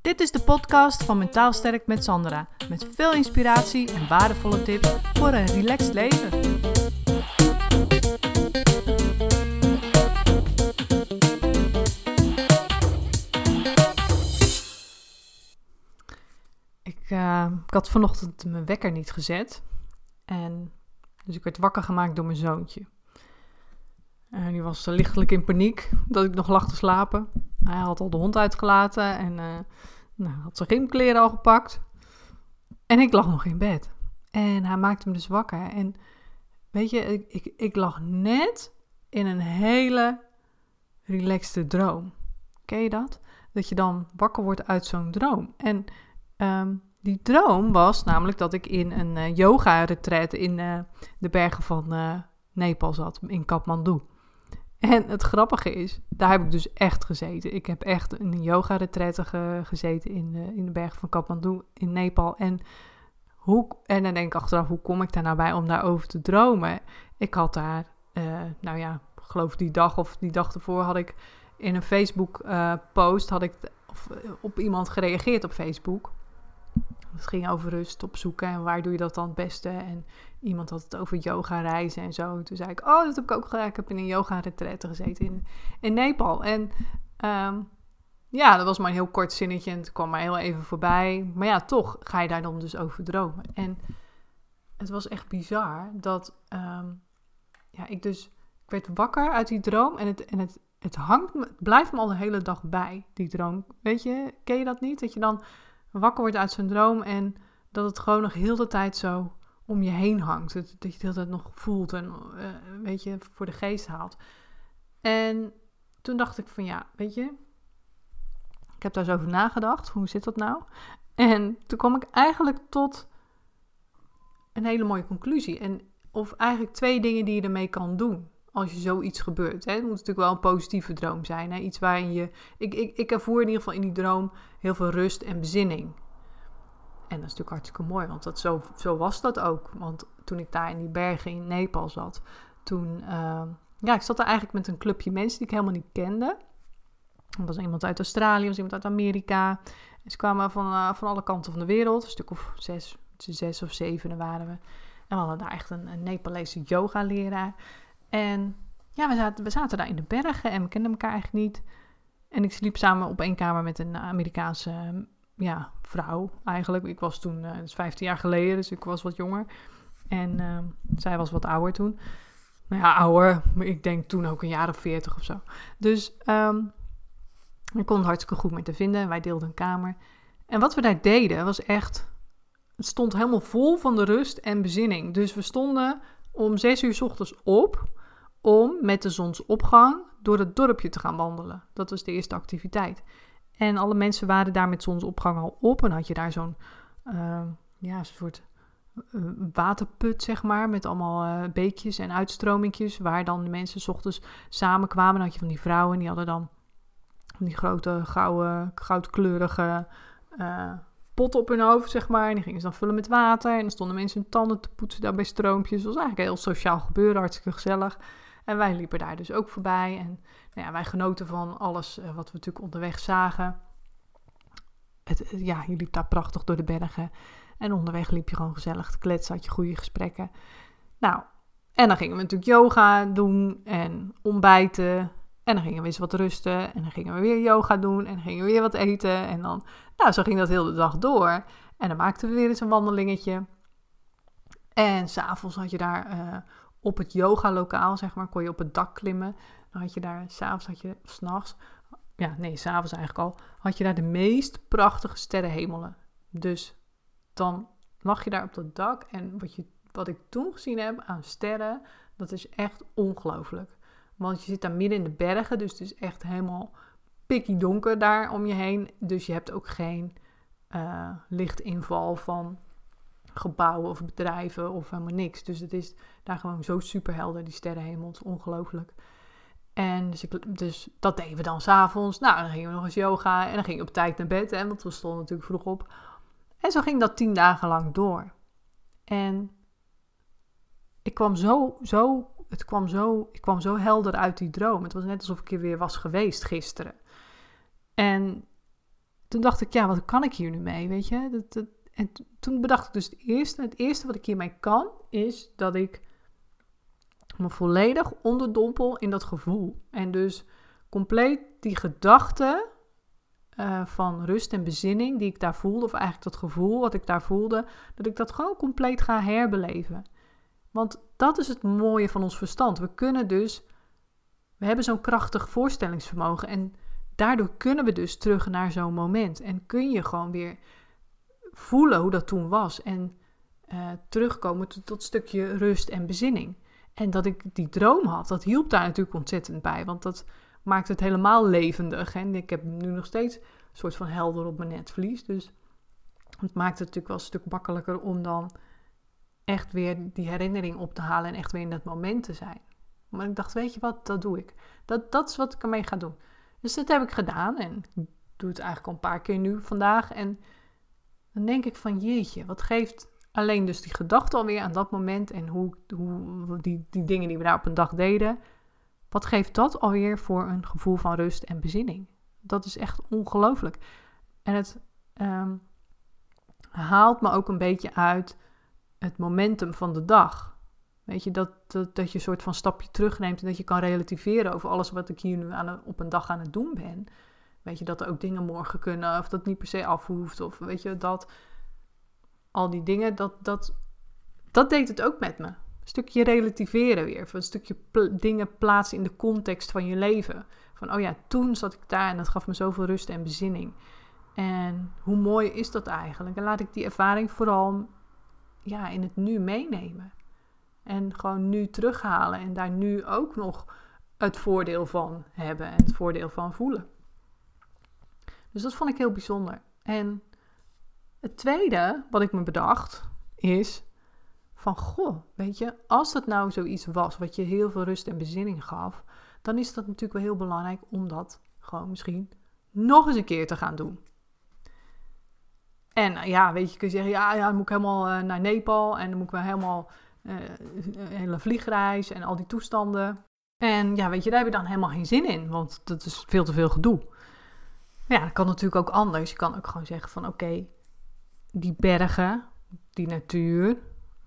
Dit is de podcast van Mentaal Sterk met Sandra. Met veel inspiratie en waardevolle tips voor een relaxed leven. Ik had vanochtend mijn wekker niet gezet. Dus ik werd wakker gemaakt door mijn zoontje. Die was lichtelijk in paniek dat ik nog lag te slapen. Hij had al de hond uitgelaten en had zijn gymkleren al gepakt. En ik lag nog in bed. En hij maakte me dus wakker. En weet je, ik lag net in een hele relaxte droom. Ken je dat? Dat je dan wakker wordt uit zo'n droom. En die droom was namelijk dat ik in een yoga-retreat in de bergen van Nepal zat, in Kathmandu. En het grappige is, daar heb ik dus echt gezeten. Ik heb echt in een yoga-retreat gezeten in de bergen van Kathmandu in Nepal. En dan denk ik achteraf, hoe kom ik daar nou bij om daarover te dromen? Ik had daar, ik geloof die dag of die dag ervoor had ik in een Facebook-post, op iemand gereageerd op Facebook. Het ging over rust opzoeken en waar doe je dat dan het beste. En iemand had het over yoga reizen en zo. Toen zei ik, dat heb ik ook gedaan. Ik heb in een yoga retreat gezeten in Nepal. En dat was maar een heel kort zinnetje en het kwam maar heel even voorbij. Maar ja, toch ga je daar dan dus over dromen. En het was echt bizar dat ik werd wakker uit die droom. En het blijft me al de hele dag bij, die droom. Weet je, ken je dat niet? Dat je dan wakker wordt uit zo'n droom en dat het gewoon nog heel de tijd zo om je heen hangt. Dat je het de hele tijd nog voelt en voor de geest haalt. En toen dacht ik van ik heb daar zo over nagedacht. Hoe zit dat nou? En toen kwam ik eigenlijk tot een hele mooie conclusie. Of eigenlijk 2 dingen die je ermee kan doen als je zoiets gebeurt. Hè. Het moet natuurlijk wel een positieve droom zijn. Hè. Iets waarin je... Ik ervoer in ieder geval in die droom heel veel rust en bezinning. En dat is natuurlijk hartstikke mooi, want zo was dat ook. Want toen ik daar in die bergen in Nepal zat, ik zat daar eigenlijk met een clubje mensen die ik helemaal niet kende. Er was iemand uit Australië, er was iemand uit Amerika. En ze kwamen van alle kanten van de wereld, een stuk of 6 of 7 waren we. En we hadden daar echt een Nepalese yoga-leraar. En we zaten daar in de bergen en we kenden elkaar eigenlijk niet. En ik sliep samen op 1 kamer met een Amerikaanse vrouw eigenlijk. Ik was toen, dat is 15 jaar geleden, dus ik was wat jonger. En zij was wat ouder toen. Nou ja, ouder, maar ik denk toen ook een jaar of 40 of zo. Dus ik kon het hartstikke goed met haar vinden. Wij deelden een kamer. En wat we daar deden was echt... Het stond helemaal vol van de rust en bezinning. Dus we stonden om 6 uur 's ochtends op om met de zonsopgang door het dorpje te gaan wandelen. Dat was de eerste activiteit. En alle mensen waren daar met zonsopgang al op. En had je daar zo'n soort waterput, zeg maar, met allemaal beekjes en uitstromingjes, waar dan de mensen 's ochtends samenkwamen. Dan had je van die vrouwen, die hadden dan die grote goudkleurige pot op hun hoofd, zeg maar. En die gingen ze dan vullen met water. En dan stonden mensen hun tanden te poetsen daar bij stroompjes. Dat was eigenlijk een heel sociaal gebeuren, hartstikke gezellig. En wij liepen daar dus ook voorbij. En wij genoten van alles wat we natuurlijk onderweg zagen. Je liep daar prachtig door de bergen. En onderweg liep je gewoon gezellig te kletsen, had je goede gesprekken. Nou, en dan gingen we natuurlijk yoga doen en ontbijten. En dan gingen we eens wat rusten. En dan gingen we weer yoga doen. En dan gingen we weer wat eten. En dan, zo ging dat heel de dag door. En dan maakten we weer eens een wandelingetje. En 's avonds had je daar op het yogalokaal, zeg maar, kon je op het dak klimmen. Dan had je daar, s'avonds eigenlijk al, had je daar de meest prachtige sterrenhemelen. Dus dan lag je daar op dat dak. En wat ik toen gezien heb aan sterren, dat is echt ongelooflijk. Want je zit daar midden in de bergen, dus het is echt helemaal pikkie donker daar om je heen. Dus je hebt ook geen lichtinval van gebouwen of bedrijven of helemaal niks. Dus het is daar gewoon zo superhelder, die sterrenhemel. Het is ongelooflijk. En dus dat deden we dan 's avonds. Nou, dan gingen we nog eens yoga en dan ging je op tijd naar bed, want we stonden natuurlijk vroeg op. En zo ging dat 10 dagen lang door. En ik kwam zo helder uit die droom. Het was net alsof ik er weer was geweest gisteren. En toen dacht ik, ja, wat kan ik hier nu mee, weet je? En toen bedacht ik dus het eerste wat ik hiermee kan, is dat ik me volledig onderdompel in dat gevoel. En dus compleet die gedachte van rust en bezinning die ik daar voelde, of eigenlijk dat gevoel wat ik daar voelde, dat ik dat gewoon compleet ga herbeleven. Want dat is het mooie van ons verstand. We hebben zo'n krachtig voorstellingsvermogen en daardoor kunnen we dus terug naar zo'n moment. En kun je gewoon weer voelen hoe dat toen was en terugkomen tot een stukje rust en bezinning. En dat ik die droom had, dat hielp daar natuurlijk ontzettend bij, want dat maakt het helemaal levendig. En ik heb nu nog steeds een soort van helder op mijn netvlies. Dus het maakt het natuurlijk wel een stuk makkelijker om dan echt weer die herinnering op te halen en echt weer in dat moment te zijn. Maar ik dacht, weet je wat, dat doe ik. Dat is wat ik ermee ga doen. Dus dat heb ik gedaan en ik doe het eigenlijk al een paar keer nu vandaag. En dan denk ik van jeetje, wat geeft alleen dus die gedachte alweer aan dat moment en hoe die dingen die we daar op een dag deden, wat geeft dat alweer voor een gevoel van rust en bezinning? Dat is echt ongelooflijk. En het haalt me ook een beetje uit het momentum van de dag. Weet je, dat je een soort van stapje terugneemt en dat je kan relativeren over alles wat ik hier nu op een dag aan het doen ben. Weet je, dat er ook dingen morgen kunnen of dat niet per se af hoeft. Of weet je, dat al die dingen, dat deed het ook met me. Een stukje relativeren weer. Een stukje dingen plaatsen in de context van je leven. Van, oh ja, toen zat ik daar en dat gaf me zoveel rust en bezinning. En hoe mooi is dat eigenlijk? En laat ik die ervaring vooral in het nu meenemen. En gewoon nu terughalen en daar nu ook nog het voordeel van hebben en het voordeel van voelen. Dus dat vond ik heel bijzonder. En het tweede wat ik me bedacht is van, goh, weet je, als dat nou zoiets was wat je heel veel rust en bezinning gaf, dan is dat natuurlijk wel heel belangrijk om dat gewoon misschien nog eens een keer te gaan doen. En ja, weet je, kun je zeggen, ja, dan moet ik helemaal naar Nepal en dan moet ik wel helemaal een hele vliegreis en al die toestanden. En ja, weet je, daar heb je dan helemaal geen zin in, want dat is veel te veel gedoe. Ja, dat kan natuurlijk ook anders. Je kan ook gewoon zeggen van, oké, die bergen, die natuur,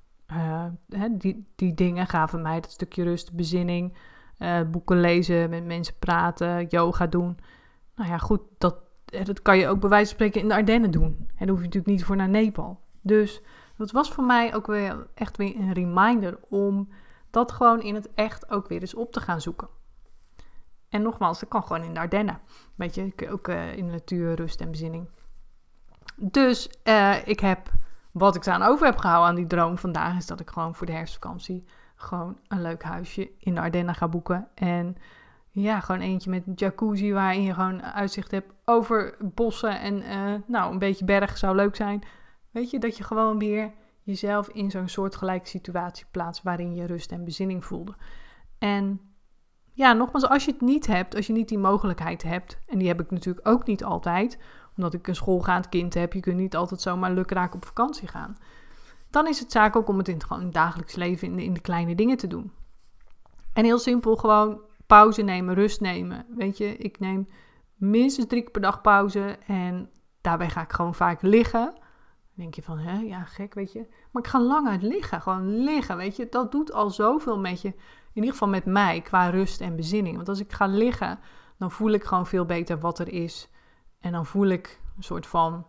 die dingen gaven mij dat stukje rust, bezinning, boeken lezen, met mensen praten, yoga doen. Nou ja, goed, dat kan je ook bij wijze van spreken in de Ardennen doen. En daar hoef je natuurlijk niet voor naar Nepal. Dus dat was voor mij ook weer echt weer een reminder om dat gewoon in het echt ook weer eens op te gaan zoeken. En nogmaals, dat kan gewoon in de Ardennen. Weet je, ook in de natuur, rust en bezinning. Dus ik heb, wat ik aan over heb gehouden aan die droom vandaag, is dat ik gewoon voor de herfstvakantie gewoon een leuk huisje in de Ardennen ga boeken. En ja, gewoon eentje met een jacuzzi waarin je gewoon uitzicht hebt over bossen en een beetje berg zou leuk zijn. Weet je, dat je gewoon weer jezelf in zo'n soortgelijke situatie plaatst waarin je rust en bezinning voelde. En ja, nogmaals, als je het niet hebt, als je niet die mogelijkheid hebt, en die heb ik natuurlijk ook niet altijd, omdat ik een schoolgaand kind heb, je kunt niet altijd zomaar lukraak op vakantie gaan. Dan is het zaak ook om het in het dagelijks leven in de kleine dingen te doen. En heel simpel gewoon pauze nemen, rust nemen. Weet je, ik neem minstens 3 keer per dag pauze en daarbij ga ik gewoon vaak liggen. Dan denk je van, ja gek, weet je. Maar ik ga lang uit liggen, gewoon liggen, weet je. Dat doet al zoveel met je, in ieder geval met mij, qua rust en bezinning. Want als ik ga liggen, dan voel ik gewoon veel beter wat er is. En dan voel ik een soort van,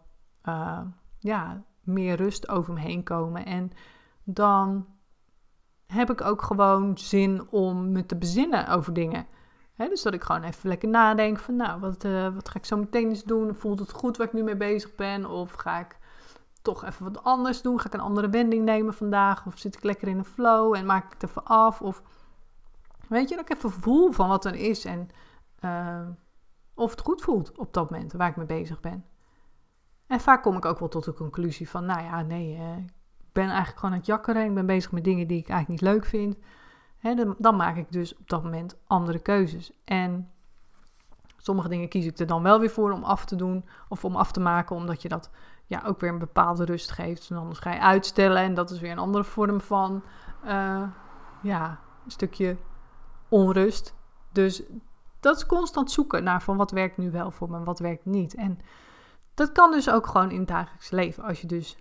meer rust over me heen komen. En dan heb ik ook gewoon zin om me te bezinnen over dingen. Dus dat ik gewoon even lekker nadenk van, nou, wat ga ik zo meteen eens doen? Voelt het goed waar ik nu mee bezig ben? Of ga ik toch even wat anders doen? Ga ik een andere wending nemen vandaag? Of zit ik lekker in een flow en maak ik het even af? Of weet je, dat ik even voel van wat er is en of het goed voelt op dat moment waar ik mee bezig ben. En vaak kom ik ook wel tot de conclusie van, nou ja, nee, ik ben eigenlijk gewoon aan het jakkeren. Ik ben bezig met dingen die ik eigenlijk niet leuk vind. Dan maak ik dus op dat moment andere keuzes. En sommige dingen kies ik er dan wel weer voor om af te doen of om af te maken, omdat je dat ook weer een bepaalde rust geeft. En anders ga je uitstellen en dat is weer een andere vorm van een stukje onrust. Dus dat is constant zoeken naar van wat werkt nu wel voor me en wat werkt niet. En Dat kan dus ook gewoon in het dagelijks leven. Als je dus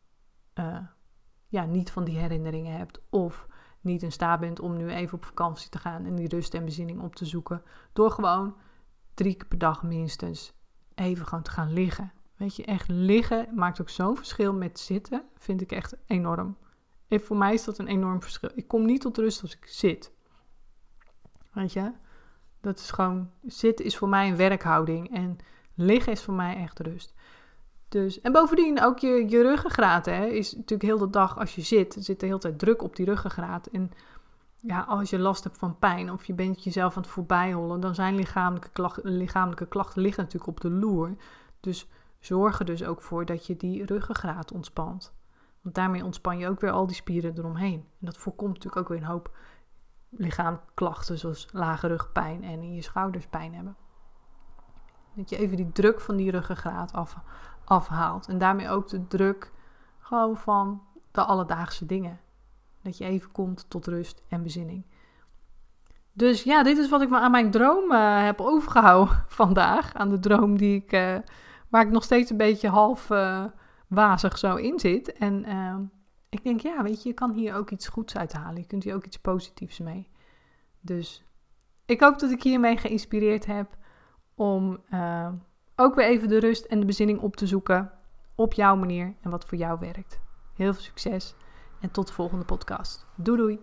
niet van die herinneringen hebt. Of niet in staat bent om nu even op vakantie te gaan. En die rust en bezinning op te zoeken. Door gewoon 3 keer per dag minstens even gewoon te gaan liggen. Weet je, echt liggen maakt ook zo'n verschil met zitten. Vind ik echt enorm. En voor mij is dat een enorm verschil. Ik kom niet tot rust als ik zit. Weet je? Dat is gewoon, zitten is voor mij een werkhouding. En liggen is voor mij echt rust. Dus, en bovendien ook je ruggengraat is natuurlijk heel de dag als je zit de hele tijd druk op die ruggengraat. En ja, als je last hebt van pijn of je bent jezelf aan het voorbijhollen, dan zijn lichamelijke klachten liggen natuurlijk op de loer. Dus zorg er dus ook voor dat je die ruggengraat ontspant. Want daarmee ontspan je ook weer al die spieren eromheen. En dat voorkomt natuurlijk ook weer een hoop lichamelijke klachten zoals lage rugpijn en in je schouders pijn hebben. Dat je even die druk van die ruggengraat afhaalt. En daarmee ook de druk gewoon van de alledaagse dingen. Dat je even komt tot rust en bezinning. Dus ja, dit is wat ik me aan mijn droom heb overgehouden vandaag. Aan de droom waar ik nog steeds een beetje half wazig zo in zit. En ik denk, ja, weet je kan hier ook iets goeds uithalen. Je kunt hier ook iets positiefs mee. Dus ik hoop dat ik hiermee geïnspireerd heb om ook weer even de rust en de bezinning op te zoeken op jouw manier en wat voor jou werkt. Heel veel succes en tot de volgende podcast. Doei doei!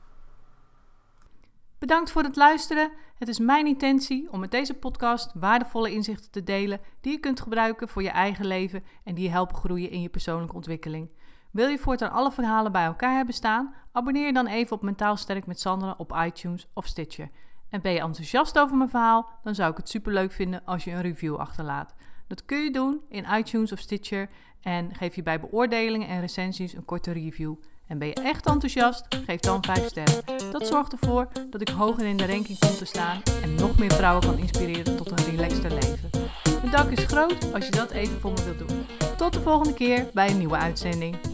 Bedankt voor het luisteren. Het is mijn intentie om met deze podcast waardevolle inzichten te delen die je kunt gebruiken voor je eigen leven en die je helpen groeien in je persoonlijke ontwikkeling. Wil je voortaan alle verhalen bij elkaar hebben staan? Abonneer je dan even op Mentaal Sterk met Sandra op iTunes of Stitcher. En ben je enthousiast over mijn verhaal? Dan zou ik het superleuk vinden als je een review achterlaat. Dat kun je doen in iTunes of Stitcher en geef je bij beoordelingen en recensies een korte review. En ben je echt enthousiast? Geef dan 5 sterren. Dat zorgt ervoor dat ik hoger in de ranking kom te staan en nog meer vrouwen kan inspireren tot een relaxter leven. Mijn dank is groot als je dat even voor me wilt doen. Tot de volgende keer bij een nieuwe uitzending.